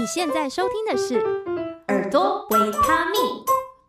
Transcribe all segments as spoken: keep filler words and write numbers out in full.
你现在收听的是耳朵维他命，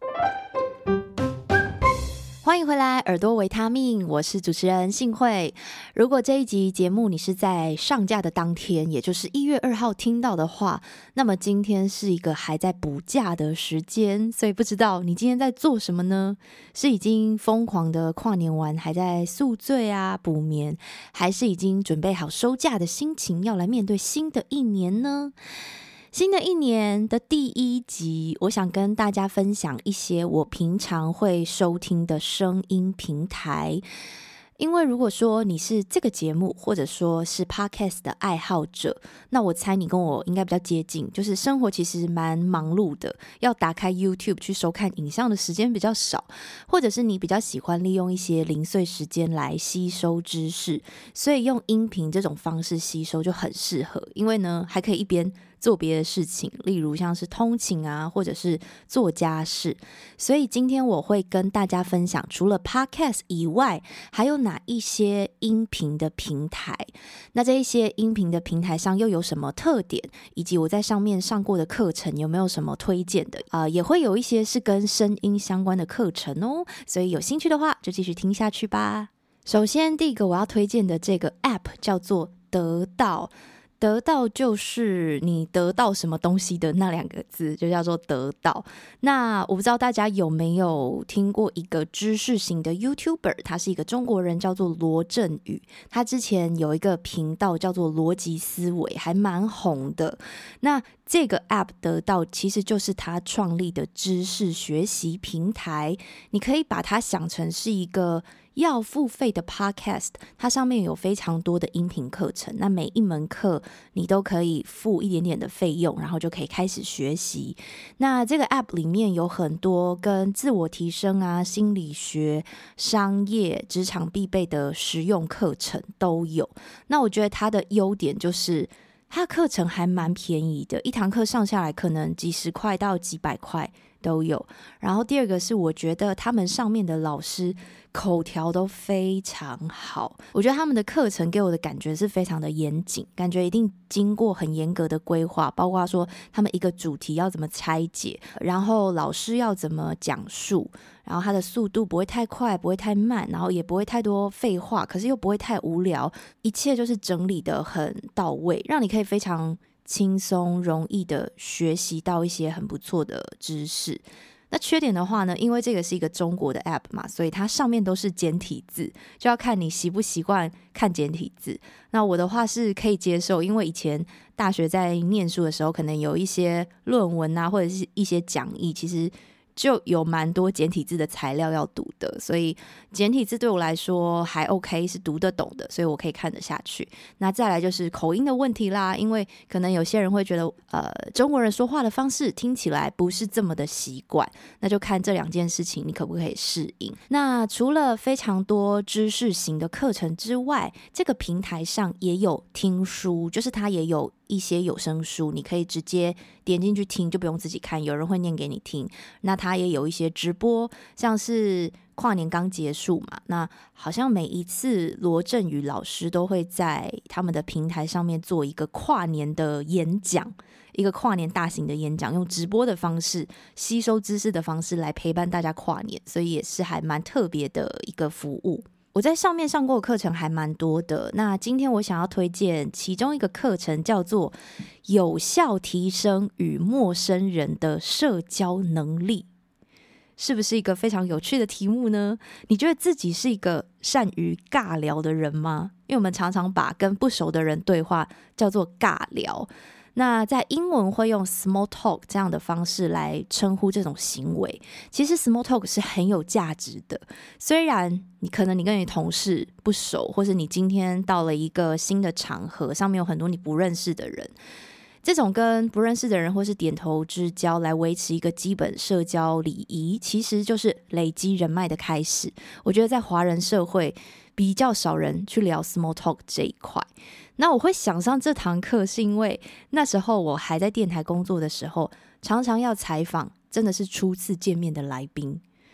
欢迎回来耳朵维他命，我是主持人信慧。如果这一集节目你是在上架的当天，也就是一月二号听到的话，那么今天是一个还在补假的时间，所以不知道你今天在做什么呢？是已经疯狂的跨年完还在宿醉啊补眠，还是已经准备好收假的心情要来面对新的一年呢？新的一年的第一集，我想跟大家分享一些我平常会收听的声音平台。因为如果说你是这个节目或者说是 podcast 的爱好者，那我猜你跟我应该比较接近，就是生活其实蛮忙碌的，要打开 YouTube 去收看影像的时间比较少，或者是你比较喜欢利用一些零碎时间来吸收知识，所以用音频这种方式吸收就很适合，因为呢还可以一边做别的事情，例如像是通勤啊，或者是做家事。所以今天我会跟大家分享，除了 podcast 以外，还有哪一些音频的平台。那这一些音频的平台上又有什么特点，以及我在上面上过的课程有没有什么推荐的、呃、也会有一些是跟声音相关的课程哦。所以有兴趣的话就继续听下去吧。首先第一个我要推荐的这个 app 叫做得到，得到就是你得到什么东西的那两个字，就叫做得到。那我不知道大家有没有听过一个知识型的 YouTuber， 他是一个中国人，叫做罗振宇。他之前有一个频道叫做逻辑思维，还蛮红的。那这个 app 得到其实就是他创立的知识学习平台，你可以把它想成是一个要付费的 podcast， 它上面有非常多的音频课程，那每一门课你都可以付一点点的费用，然后就可以开始学习。那这个 app 里面有很多跟自我提升啊、心理学、商业、职场必备的实用课程都有。那我觉得它的优点就是它的课程还蛮便宜的，一堂课上下来可能几十块到几百块都有。然后第二个是我觉得他们上面的老师口条都非常好，我觉得他们的课程给我的感觉是非常的严谨，感觉一定经过很严格的规划，包括说他们一个主题要怎么拆解，然后老师要怎么讲述，然后他的速度不会太快不会太慢，然后也不会太多废话，可是又不会太无聊，一切就是整理得很到位，让你可以非常轻松容易的学习到一些很不错的知识。那缺点的话呢，因为这个是一个中国的 app 嘛，所以它上面都是简体字，就要看你习不习惯看简体字。那我的话是可以接受，因为以前大学在念书的时候，可能有一些论文啊，或者是一些讲义，其实就有蛮多简体字的材料要读的，所以简体字对我来说还 OK， 是读得懂的，所以我可以看得下去。那再来就是口音的问题啦，因为可能有些人会觉得呃，中国人说话的方式听起来不是这么的习惯，那就看这两件事情你可不可以适应。那除了非常多知识型的课程之外，这个平台上也有听书，就是它也有一些有声书，你可以直接点进去听，就不用自己看，有人会念给你听。那它也有一些直播，像是跨年刚结束嘛，那好像每一次罗振宇老师都会在他们的平台上面做一个跨年的演讲，一个跨年大型的演讲，用直播的方式吸收知识的方式来陪伴大家跨年，所以也是还蛮特别的一个服务。我在上面上过的课程还蛮多的，那今天我想要推荐其中一个课程，叫做有效提升与陌生人的社交能力。是不是一个非常有趣的题目呢？你觉得自己是一个善于尬聊的人吗？因为我们常常把跟不熟的人对话叫做尬聊，那在英文会用 small talk 这样的方式来称呼这种行为。其实 small talk 是很有价值的，虽然你可能你跟你同事不熟，或是你今天到了一个新的场合，上面有很多你不认识的人，这种跟不认识的人或是点头之交来维持一个基本社交礼仪，其实就是累积人脉的开始。我觉得在华人社会比较少人去聊 small talk 这一块。那我会想上这堂课是因为那时候我还在电台工作的时候，常常要采访真的是初次见面的来宾。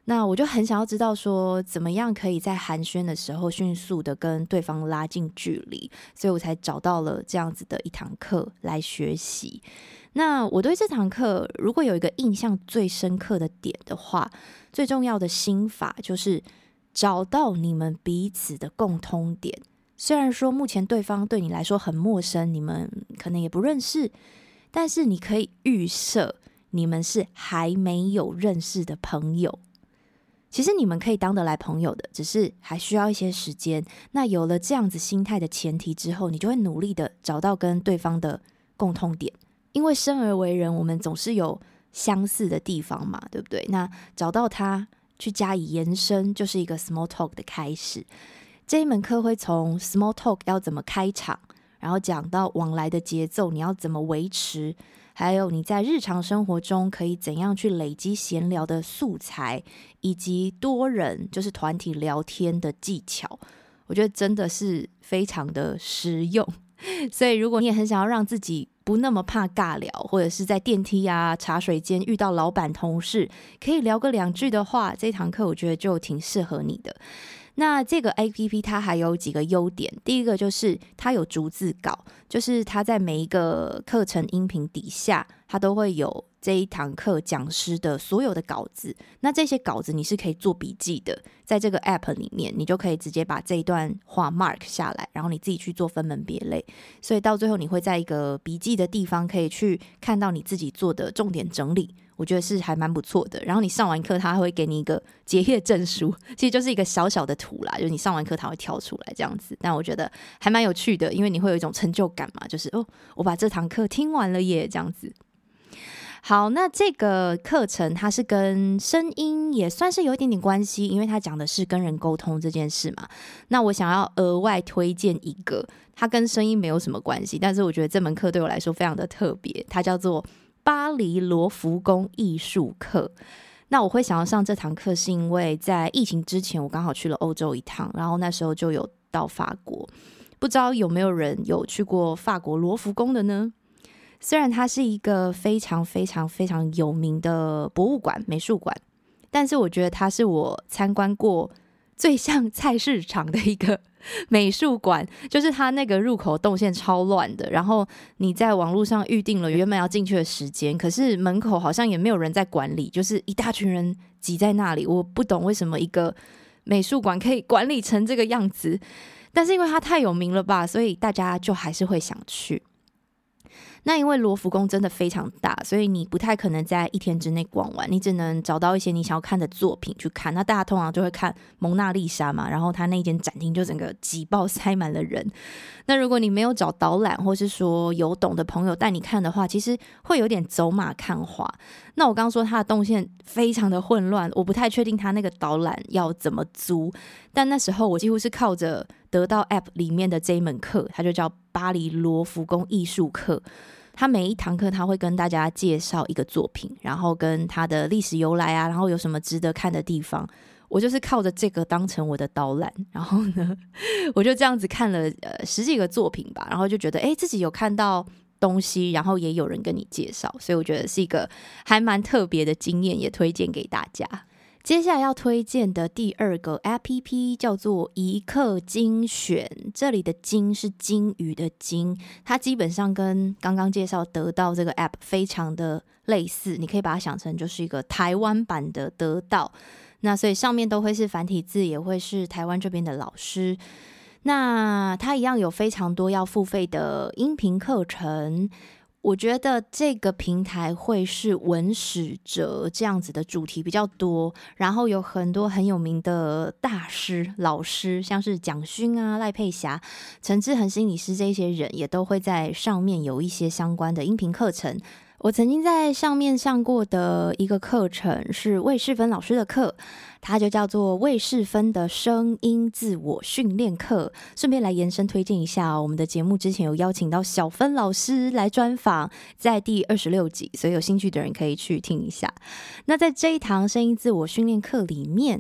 那我就很想要知道说怎么样可以在寒暄的时候迅速的跟对方拉近距离，所以我才找到了这样子的一堂课来学习。那我对这堂课如果有一个印象最深刻的点的话，最重要的心法就是找到你们彼此的共通点。虽然说目前对方对你来说很陌生，你们可能也不认识，但是你可以预设你们是还没有认识的朋友。其实你们可以当得来朋友的，只是还需要一些时间。那有了这样子心态的前提之后，你就会努力的找到跟对方的共通点。因为生而为人，我们总是有相似的地方嘛，对不对？那找到它去加以延伸，就是一个 small talk 的开始。这一门课会从 small talk 要怎么开场，然后讲到往来的节奏你要怎么维持，还有你在日常生活中可以怎样去累积闲聊的素材，以及多人就是团体聊天的技巧。我觉得真的是非常的实用。所以如果你也很想要让自己不那么怕尬聊，或者是在电梯啊、茶水间遇到老板同事可以聊个两句的话，这堂课我觉得就挺适合你的。那这个 A P P 它还有几个优点，第一个就是它有逐字稿，就是它在每一个课程音频底下，它都会有这一堂课讲师的所有的稿子。那这些稿子你是可以做笔记的，在这个 App 里面，你就可以直接把这一段话 mark 下来，然后你自己去做分门别类。所以到最后你会在一个笔记的地方可以去看到你自己做的重点整理，我觉得是还蛮不错的。然后你上完课他会给你一个结业证书，其实就是一个小小的图啦，就是你上完课他会跳出来这样子。但我觉得还蛮有趣的，因为你会有一种成就感嘛，就是哦，我把这堂课听完了耶，这样子。好，那这个课程它是跟声音也算是有一点点关系，因为它讲的是跟人沟通这件事嘛。那我想要额外推荐一个，它跟声音没有什么关系，但是我觉得这门课对我来说非常的特别，它叫做巴黎罗浮宫艺术课。那我会想要上这堂课是因为在疫情之前我刚好去了欧洲一趟，然后那时候就有到法国。不知道有没有人有去过法国罗浮宫的呢？虽然它是一个非常非常非常有名的博物馆、美术馆，但是我觉得它是我参观过最像菜市场的一个美术馆，就是它那个入口动线超乱的，然后你在网络上预定了原本要进去的时间，可是门口好像也没有人在管理，就是一大群人挤在那里。我不懂为什么一个美术馆可以管理成这个样子，但是因为它太有名了吧，所以大家就还是会想去。那因为罗浮宫真的非常大，所以你不太可能在一天之内逛完，你只能找到一些你想要看的作品去看。那大家通常就会看蒙娜丽莎嘛，然后他那间展厅就整个挤爆塞满了人。那如果你没有找导览，或是说有懂的朋友带你看的话，其实会有点走马看花。那我刚刚说它的动线非常的混乱，我不太确定它那个导览要怎么租，但那时候我几乎是靠着得到 App 里面的这一门课，它就叫巴黎罗浮宫艺术课。他每一堂课他会跟大家介绍一个作品，然后跟他的历史由来啊，然后有什么值得看的地方。我就是靠着这个当成我的导览，然后呢，我就这样子看了呃十几个作品吧，然后就觉得哎自己有看到东西，然后也有人跟你介绍，所以我觉得是一个还蛮特别的经验，也推荐给大家。接下来要推荐的第二个 A P P 叫做一课精选，这里的金是金鱼的金，它基本上跟刚刚介绍得到这个 App 非常的类似，你可以把它想成就是一个台湾版的得到，那所以上面都会是繁体字，也会是台湾这边的老师。那它一样有非常多要付费的音频课程，我觉得这个平台会是文史哲这样子的主题比较多，然后有很多很有名的大师老师，像是蒋勋啊、赖佩霞、陈志恒心理师，这些人也都会在上面有一些相关的音频课程。我曾经在上面上过的一个课程是魏世芬老师的课，它就叫做魏世芬的声音自我训练课。顺便来延伸推荐一下、哦、我们的节目之前有邀请到小芬老师来专访，在第二十六集，所以有兴趣的人可以去听一下。那在这一堂声音自我训练课里面，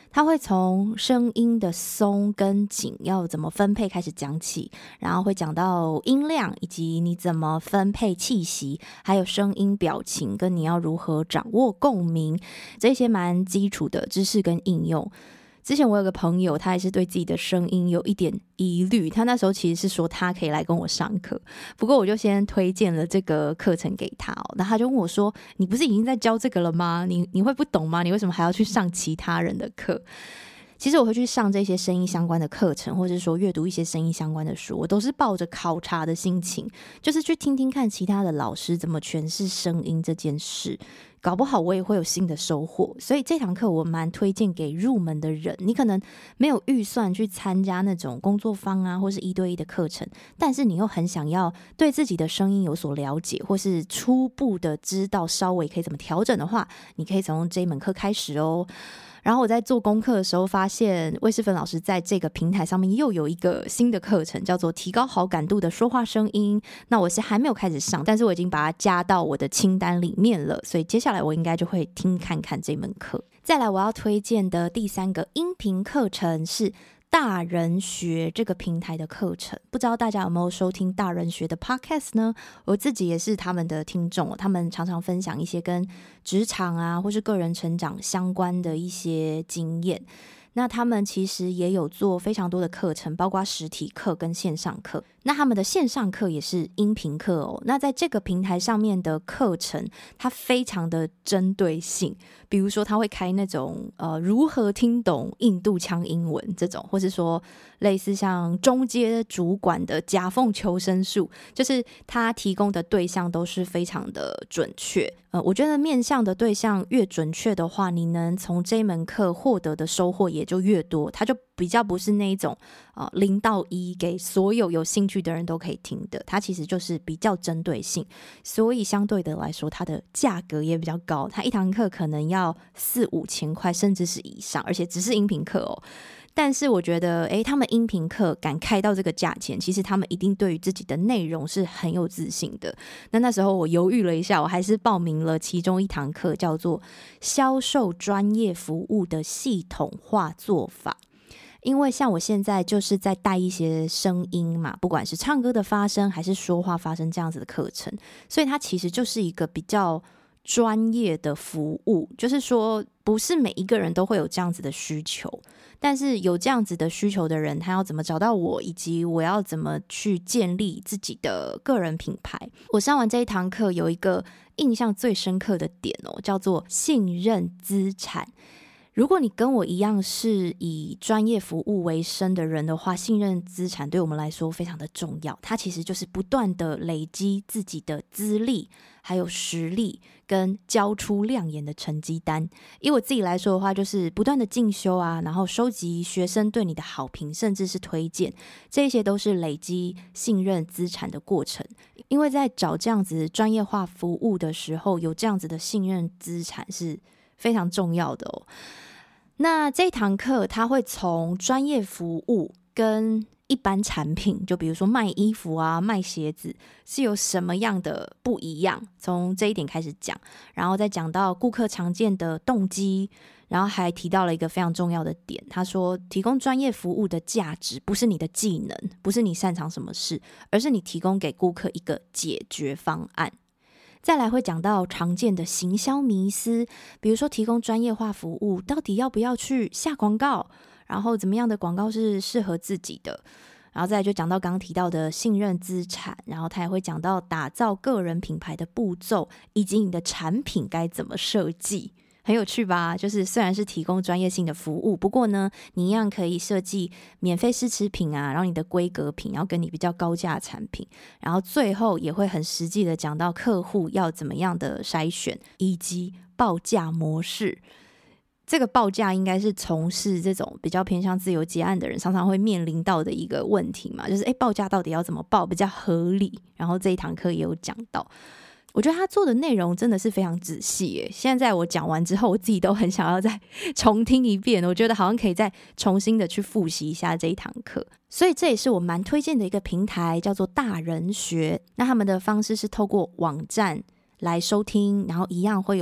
他会从声音的松跟紧要怎么分配开始讲起，然后会讲到音量以及你怎么分配气息，还有声音表情跟你要如何掌握共鸣，这些蛮基础的知识跟应用。之前我有个朋友，他也是对自己的声音有一点疑虑，他那时候其实是说他可以来跟我上课，不过我就先推荐了这个课程给他哦，那他就问我说，你不是已经在教这个了吗？你你会不懂吗？你为什么还要去上其他人的课？其实我会去上这些声音相关的课程，或者说阅读一些声音相关的书，我都是抱着考察的心情，就是去听听看其他的老师怎么诠释声音这件事，搞不好我也会有新的收获。所以这堂课我蛮推荐给入门的人，你可能没有预算去参加那种工作坊啊，或是一对一的课程，但是你又很想要对自己的声音有所了解，或是初步的知道稍微可以怎么调整的话，你可以从这一门课开始哦。然后我在做功课的时候发现，魏世芬老师在这个平台上面又有一个新的课程，叫做提高好感度的说话声音。那我是还没有开始上，但是我已经把它加到我的清单里面了，所以接下来我应该就会听看看这门课。再来我要推荐的第三个音频课程是大人学这个平台的课程，不知道大家有没有收听大人学的 podcast 呢？我自己也是他们的听众，他们常常分享一些跟职场啊或是个人成长相关的一些经验。那他们其实也有做非常多的课程，包括实体课跟线上课。那他们的线上课也是音频课哦。那在这个平台上面的课程，它非常的针对性，比如说他会开那种呃如何听懂印度腔英文这种，或是说类似像中阶主管的夹缝求生术，就是他提供的对象都是非常的准确。呃，我觉得面向的对象越准确的话，你能从这门课获得的收获也就越多，它就比较不是那一种呃零到一给所有有兴趣的人都可以听的，它其实就是比较针对性，所以相对的来说，它的价格也比较高，它一堂课可能要四五千块，甚至是以上，而且只是音频课哦。但是我觉得，诶，他们音频课敢开到这个价钱，其实他们一定对于自己的内容是很有自信的。那那时候我犹豫了一下，我还是报名了其中一堂课，叫做销售专业服务的系统化做法。因为像我现在就是在带一些声音嘛，不管是唱歌的发声还是说话发声这样子的课程，所以它其实就是一个比较专业的服务，就是说不是每一个人都会有这样子的需求，但是有这样子的需求的人，他要怎么找到我，以及我要怎么去建立自己的个人品牌。我上完这一堂课有一个印象最深刻的点哦，叫做信任资产。如果你跟我一样是以专业服务为生的人的话，信任资产对我们来说非常的重要。它其实就是不断的累积自己的资历，还有实力，跟交出亮眼的成绩单。以我自己来说的话，就是不断的进修啊，然后收集学生对你的好评，甚至是推荐，这些都是累积信任资产的过程。因为在找这样子专业化服务的时候，有这样子的信任资产是非常重要的哦。那这堂课它会从专业服务跟一般产品，就比如说卖衣服啊、卖鞋子是有什么样的不一样，从这一点开始讲，然后再讲到顾客常见的动机，然后还提到了一个非常重要的点，他说提供专业服务的价值不是你的技能，不是你擅长什么事，而是你提供给顾客一个解决方案。再来会讲到常见的行销迷思，比如说提供专业化服务到底要不要去下广告，然后怎么样的广告是适合自己的，然后再来就讲到刚刚提到的信任资产，然后他也会讲到打造个人品牌的步骤，以及你的产品该怎么设计。很有趣吧？就是虽然是提供专业性的服务，不过呢，你一样可以设计免费试吃品啊，然后你的规格品要跟你比较高价的产品，然后最后也会很实际的讲到客户要怎么样的筛选，以及报价模式。这个报价应该是从事这种比较偏向自由接案的人常常会面临到的一个问题嘛，就是诶报价到底要怎么报比较合理，然后这一堂课也有讲到。我觉得他做的内容真的是非常仔细耶，现在我讲完之后我自己都很想要再重听一遍，我觉得好像可以再重新的去复习一下这一堂课，所以这也是我蛮推荐的一个平台，叫做大人学。那他们的方式是透过网站来收听，然后一样会有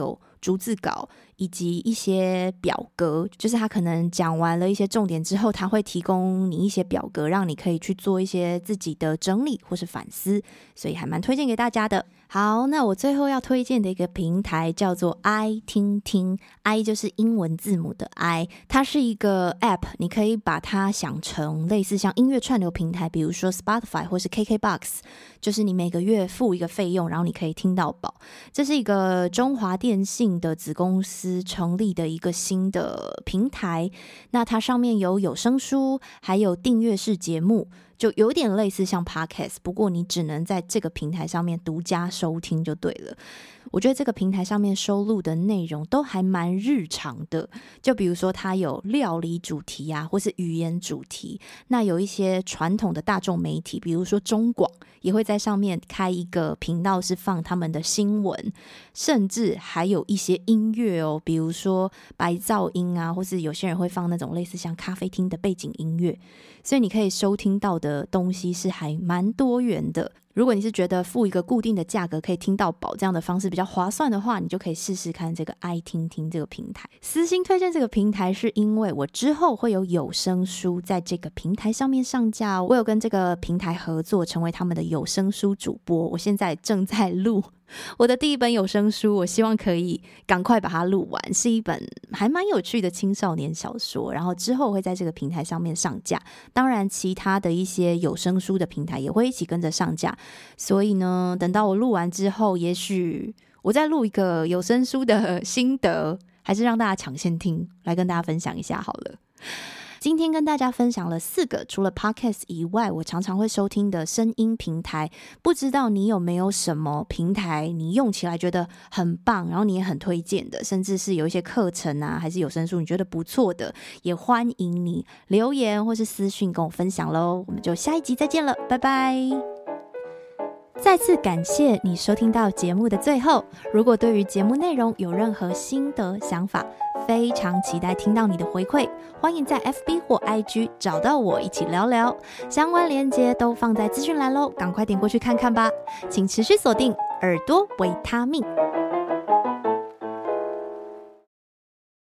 逐字稿以及一些表格，就是他可能讲完了一些重点之后，他会提供你一些表格，让你可以去做一些自己的整理或是反思，所以还蛮推荐给大家的。好，那我最后要推荐的一个平台叫做 i 听听 ，i 就是英文字母的 i， 它是一个 app， 你可以把它想成类似像音乐串流平台，比如说 Spotify 或是 K K B O X， 就是你每个月付一个费用，然后你可以听到饱。这是一个中华电信的子公司成立的一个新的平台，那它上面有有声书，还有订阅式节目，就有点类似像 Podcast， 不过你只能在这个平台上面独家收听就对了。我觉得这个平台上面收录的内容都还蛮日常的，就比如说它有料理主题啊，或是语言主题，那有一些传统的大众媒体，比如说中广也会在上面开一个频道是放他们的新闻，甚至还有一些音乐哦，比如说白噪音啊，或是有些人会放那种类似像咖啡厅的背景音乐，所以你可以收听到的东西是还蛮多元的。如果你是觉得付一个固定的价格可以听到饱这样的方式比较划算的话，你就可以试试看这个爱听听这个平台。私心推荐这个平台是因为我之后会有有声书在这个平台上面上架，我有跟这个平台合作成为他们的有声书主播，我现在正在录我的第一本有声书，我希望可以赶快把它录完，是一本还蛮有趣的青少年小说，然后之后会在这个平台上面上架，当然其他的一些有声书的平台也会一起跟着上架，所以呢等到我录完之后，也许我再录一个有声书的心得，还是让大家抢先听来跟大家分享一下好了。今天跟大家分享了四个除了 Podcast 以外我常常会收听的声音平台，不知道你有没有什么平台你用起来觉得很棒，然后你也很推荐的，甚至是有一些课程啊还是有声书你觉得不错的，也欢迎你留言或是私讯跟我分享咯。我们就下一集再见了，拜拜。再次感谢你收听到节目的最后，如果对于节目内容有任何心得想法，非常期待听到你的回馈，欢迎在 F B 或 I G 找到我一起聊聊，相关连结都放在资讯栏咯，赶快点过去看看吧。请持续锁定耳朵维他命。